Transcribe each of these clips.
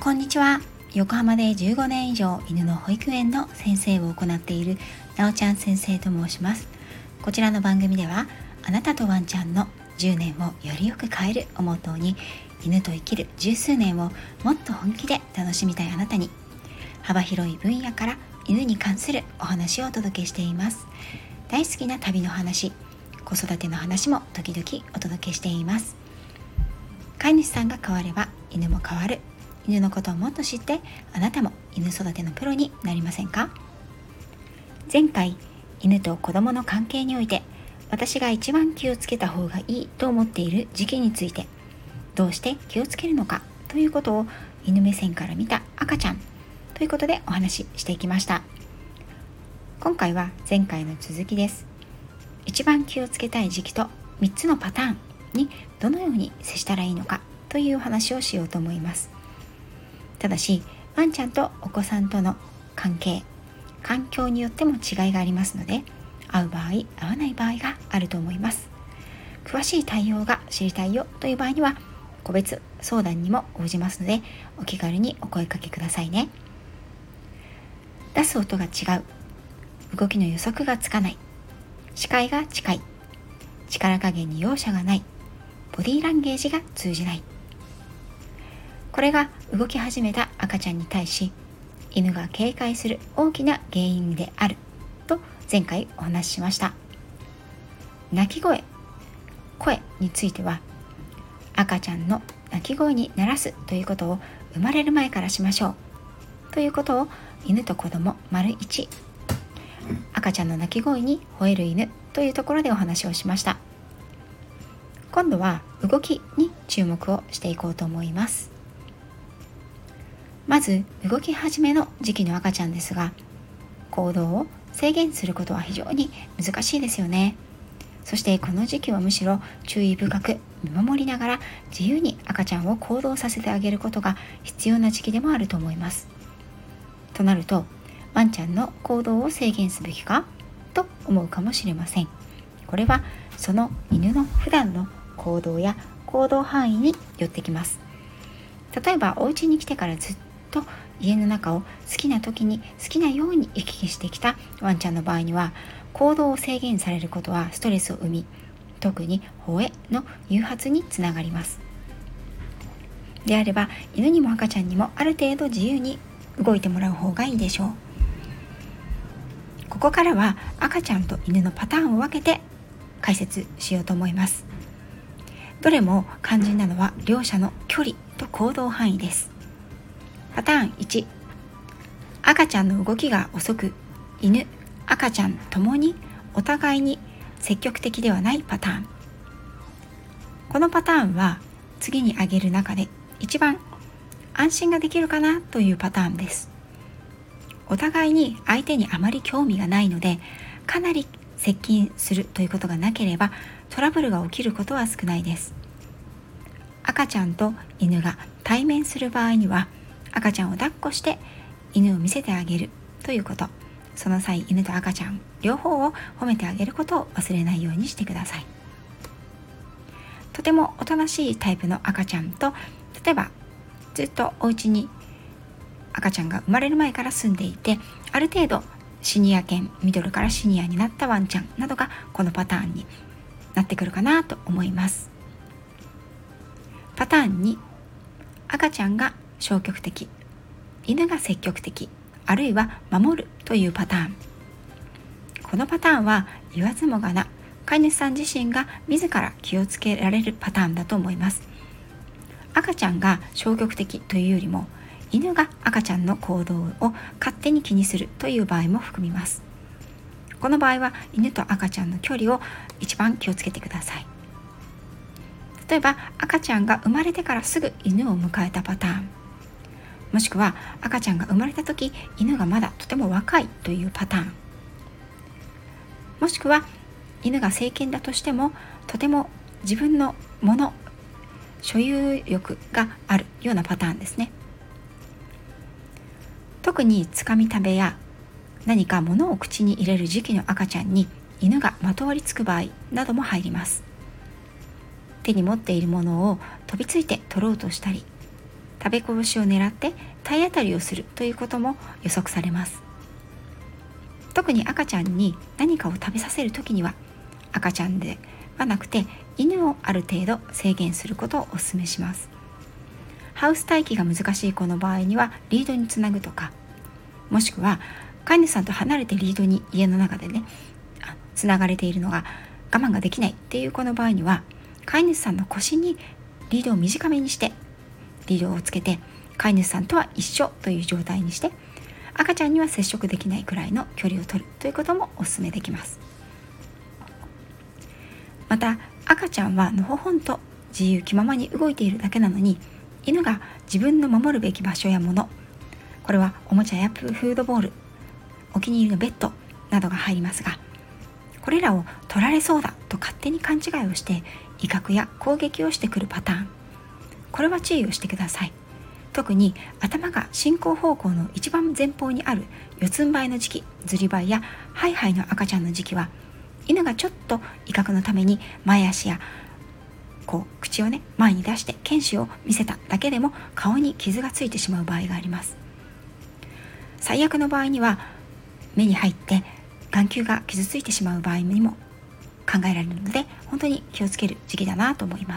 こんにちは。横浜で15年以上犬の保育園の先生を行っているなおちゃん先生と申します。こちらの番組では、あなたとワンちゃんの10年をよりよく変えるをモットーに、犬と生きる十数年をもっと本気で楽しみたいあなたに、幅広い分野から犬に関するお話をお届けしています。大好きな旅の話、子育ての話も時々お届けしています。飼い主さんが変われば犬も変わる。犬のことをもっと知って、あなたも犬育てのプロになりませんか？前回、犬と子供の関係において私が一番気をつけた方がいいと思っている時期について、どうして気をつけるのかということを犬目線から見た赤ちゃんということでお話ししていきました。今回は前回の続きです。一番気をつけたい時期と3つのパターンにどのように接したらいいのかというお話をしようと思います。ただし、ワンちゃんとお子さんとの関係、環境によっても違いがありますので、合う場合、合わない場合があると思います。詳しい対応が知りたいよという場合には、個別相談にも応じますので、お気軽にお声かけくださいね。出す音が違う、動きの予測がつかない、視界が近い、力加減に容赦がない、ボディーランゲージが通じない。これが動き始めた赤ちゃんに対し、犬が警戒する大きな原因であると前回お話ししました。鳴き声、声については、赤ちゃんの鳴き声に慣らすということを生まれる前からしましょうということを、犬と子供 ①、赤ちゃんの鳴き声に吠える犬というところでお話をしました。今度は動きに注目をしていこうと思います。まず動き始めの時期の赤ちゃんですが、行動を制限することは非常に難しいですよね。そしてこの時期はむしろ注意深く見守りながら、自由に赤ちゃんを行動させてあげることが必要な時期でもあると思います。となると、ワンちゃんの行動を制限すべきかと思うかもしれません。これはその犬の普段の行動や行動範囲によってきます。例えばお家に来てからずっと家の中を好きな時に好きなように行き来してきたワンちゃんの場合には、行動を制限されることはストレスを生み、特に吠えの誘発につながります。であれば、犬にも赤ちゃんにもある程度自由に動いてもらう方がいいでしょう。ここからは赤ちゃんと犬のパターンを分けて解説しようと思います。どれも肝心なのは両者の距離と行動範囲です。パターン1、赤ちゃんの動きが遅く、犬、赤ちゃんともにお互いに積極的ではないパターン。このパターンは次に挙げる中で一番安心ができるかなというパターンです。お互いに相手にあまり興味がないので、かなり接近するということがなければトラブルが起きることは少ないです。赤ちゃんと犬が対面する場合には、赤ちゃんを抱っこして犬を見せてあげるということ、その際犬と赤ちゃん両方を褒めてあげることを忘れないようにしてください。とてもおとなしいタイプの赤ちゃんと、例えばずっとお家に赤ちゃんが生まれる前から住んでいて、ある程度シニア犬、ミドルからシニアになったワンちゃんなどがこのパターンになってくるかなと思います。パターン2、赤ちゃんが消極的、犬が積極的、あるいは守るというパターン。このパターンは言わずもがな、飼い主さん自身が自ら気をつけられるパターンだと思います。赤ちゃんが消極的というよりも、犬が赤ちゃんの行動を勝手に気にするという場合も含みます。この場合は犬と赤ちゃんの距離を一番気をつけてください。例えば赤ちゃんが生まれてからすぐ犬を迎えたパターン、もしくは赤ちゃんが生まれた時犬がまだとても若いというパターン、もしくは犬が成犬だとしてもとても自分のもの、所有欲があるようなパターンですね。特につかみ食べや何か物を口に入れる時期の赤ちゃんに犬がまとわりつく場合なども入ります。手に持っているものを飛びついて取ろうとしたり、 食べこぼしを狙って体当たりをするということも予測されます。特に赤ちゃんに何かを食べさせるときには、赤ちゃんではなくて犬をある程度制限することをお勧めします。ハウス待機が難しい子の場合にはリードにつなぐとか、もしくは飼い主さんと離れてリードに家の中でねつながれているのが我慢ができないっていう子の場合には、飼い主さんの腰にリードを短めにしてリードをつけて飼い主さんとは一緒という状態にして、赤ちゃんには接触できないくらいの距離を取るということもお勧めできます。また赤ちゃんはのほほんと自由気ままに動いているだけなのに、犬が自分の守るべき場所やもの、これはおもちゃやフードボール、お気に入りのベッドなどが入りますが、これらを取られそうだと勝手に勘違いをして威嚇や攻撃をしてくるパターン、これは注意をしてください。特に頭が進行方向の一番前方にある四つん這いの時期、ずり這いやハイハイの赤ちゃんの時期は、犬がちょっと威嚇のために前足や口を前に出して犬歯を見せただけでも顔に傷がついてしまう場合があります。最悪の場合には目に入って眼球が傷ついてしまう場合にも考えられるので、本当に気をつける時期だなと思います。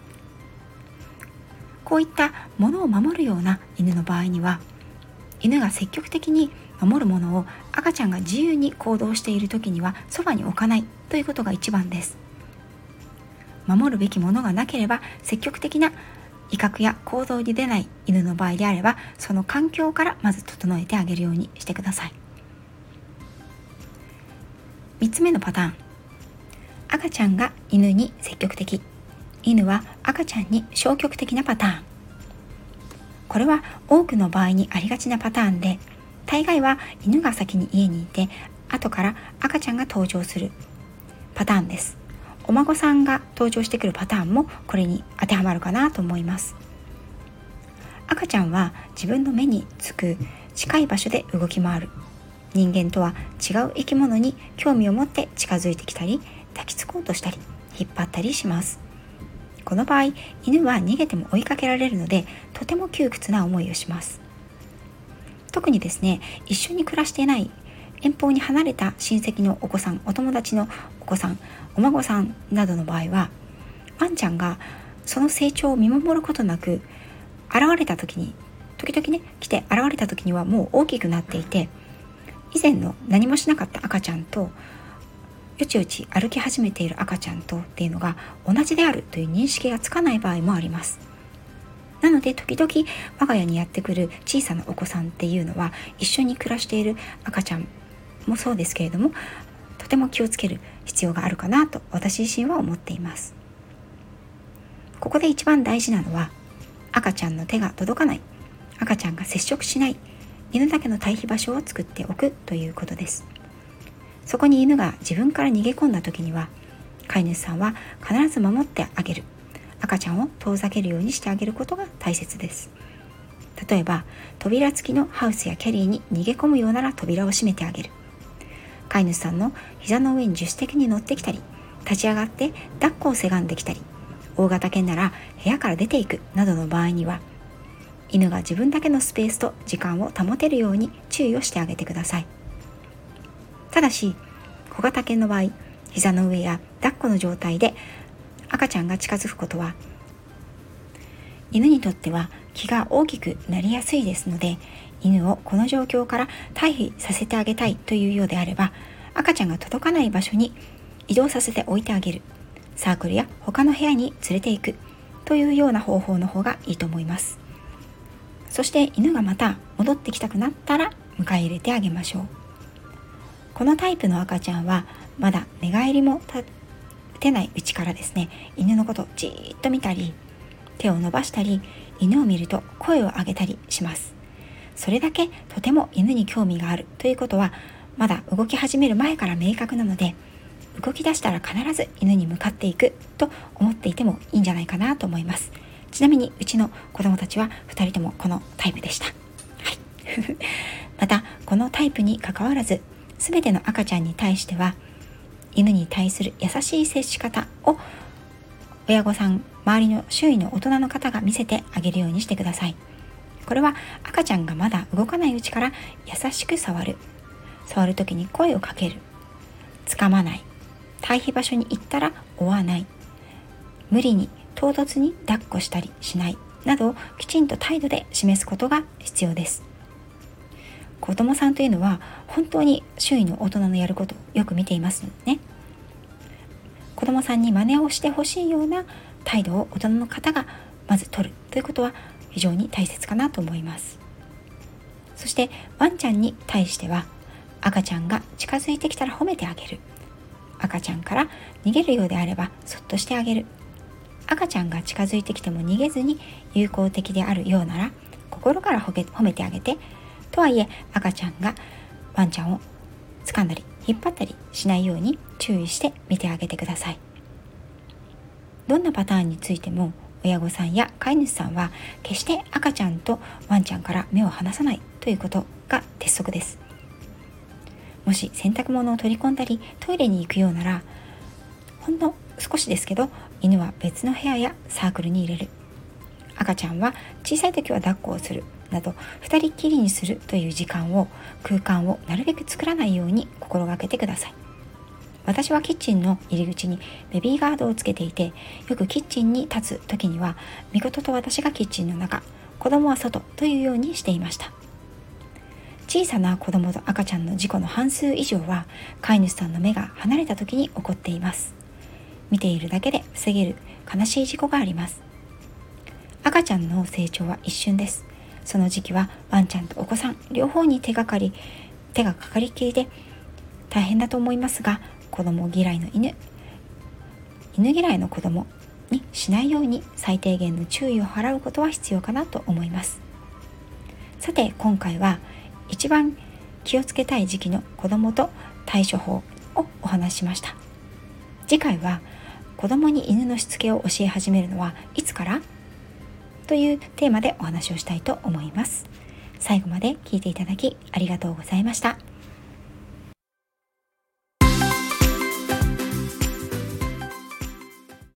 こういったものを守るような犬の場合には、犬が積極的に守るものを赤ちゃんが自由に行動している時にはそばに置かないということが一番です。守るべきものがなければ積極的な威嚇や行動に出ない犬の場合であれば、その環境からまず整えてあげるようにしてください。3つ目のパターン、赤ちゃんが犬に積極的、犬は赤ちゃんに消極的なパターン。これは多くの場合にありがちなパターンで、大概は犬が先に家にいて後から赤ちゃんが登場するパターンです。お孫さんが登場してくるパターンもこれに当てはまるかなと思います。赤ちゃんは自分の目につく近い場所で動き回る。人間とは違う生き物に興味を持って近づいてきたり、抱きつこうとしたり引っ張ったりします。この場合、犬は逃げても追いかけられるので、とても窮屈な思いをします。特にですね、一緒に暮らしていない遠方に離れた親戚のお子さん、お友達のお子さん、お孫さんなどの場合は、ワンちゃんがその成長を見守ることなく現れた時に、時々来て現れた時にはもう大きくなっていて、以前の何もしなかった赤ちゃんとよちよち歩き始めている赤ちゃんとっていうのが同じであるという認識がつかない場合もあります。なので時々我が家にやってくる小さなお子さんっていうのは、一緒に暮らしている赤ちゃんもそうですけれども、とても気をつける必要があるかなと私自身は思っています。ここで一番大事なのは、赤ちゃんの手が届かない、赤ちゃんが接触しない犬だけの退避場所を作っておくということです。そこに犬が自分から逃げ込んだ時には、飼い主さんは必ず守ってあげる、赤ちゃんを遠ざけるようにしてあげることが大切です。例えば扉付きのハウスやキャリーに逃げ込むようなら扉を閉めてあげる。飼い主さんの膝の上に自主的に乗ってきたり、立ち上がって抱っこをせがんできたり、大型犬なら部屋から出ていくなどの場合には、犬が自分だけのスペースと時間を保てるように注意をしてあげてください。ただし小型犬の場合、膝の上や抱っこの状態で赤ちゃんが近づくことは犬にとっては気が大きくなりやすいですので、犬をこの状況から退避させてあげたいというようであれば、赤ちゃんが届かない場所に移動させておいてあげる、サークルや他の部屋に連れて行くというような方法の方がいいと思います。そして犬がまた戻ってきたくなったら迎え入れてあげましょう。このタイプの赤ちゃんはまだ寝返りも立てないうちからですね、犬のことをじーっと見たり、手を伸ばしたり、犬を見ると声を上げたりします。それだけとても犬に興味があるということは、まだ動き始める前から明確なので、動き出したら必ず犬に向かっていくと思っていてもいいんじゃないかなと思います。ちなみにうちの子供たちは2人ともこのタイプでした。はい、またこのタイプに関わらず、全ての赤ちゃんに対しては犬に対する優しい接し方を親御さん、周りの周囲の大人の方が見せてあげるようにしてください。これは赤ちゃんがまだ動かないうちから優しく触る時に声をかける、掴まない、退避場所に行ったら追わない、無理に唐突に抱っこしたりしないなどをきちんと態度で示すことが必要です。子供さんというのは本当に周囲の大人のやることをよく見ていますのでね、子供さんに真似をしてほしいような態度を大人の方がまず取るということは非常に大切かなと思います。そしてワンちゃんに対しては、赤ちゃんが近づいてきたら褒めてあげる、赤ちゃんから逃げるようであればそっとしてあげる、赤ちゃんが近づいてきても逃げずに友好的であるようなら心から褒めてあげて、とはいえ赤ちゃんがワンちゃんを掴んだり引っ張ったりしないように注意して見てあげてください。どんなパターンについても親御さんや飼い主さんは決して赤ちゃんとワンちゃんから目を離さないということが鉄則です。もし洗濯物を取り込んだりトイレに行くようなら、ほんの少しですけど犬は別の部屋やサークルに入れる、赤ちゃんは小さい時は抱っこをするなど二人っきりにするという空間をなるべく作らないように心がけてください。私はキッチンの入り口にベビーガードをつけていて、よくキッチンに立つ時にはみことと私がキッチンの中、子供は外というようにしていました。小さな子供と赤ちゃんの事故の半数以上は飼い主さんの目が離れた時に起こっています。見ているだけで防げる悲しい事故があります。赤ちゃんの成長は一瞬です。その時期はワンちゃんとお子さん両方に手がかかりきりで大変だと思いますが、子供嫌いの犬嫌いの子供にしないように最低限の注意を払うことは必要かなと思います。さて今回は一番気をつけたい時期の子供と対処法をお話ししました。次回は子供に犬のしつけを教え始めるのはいつからというテーマでお話をしたいと思います。最後まで聞いていただきありがとうございました。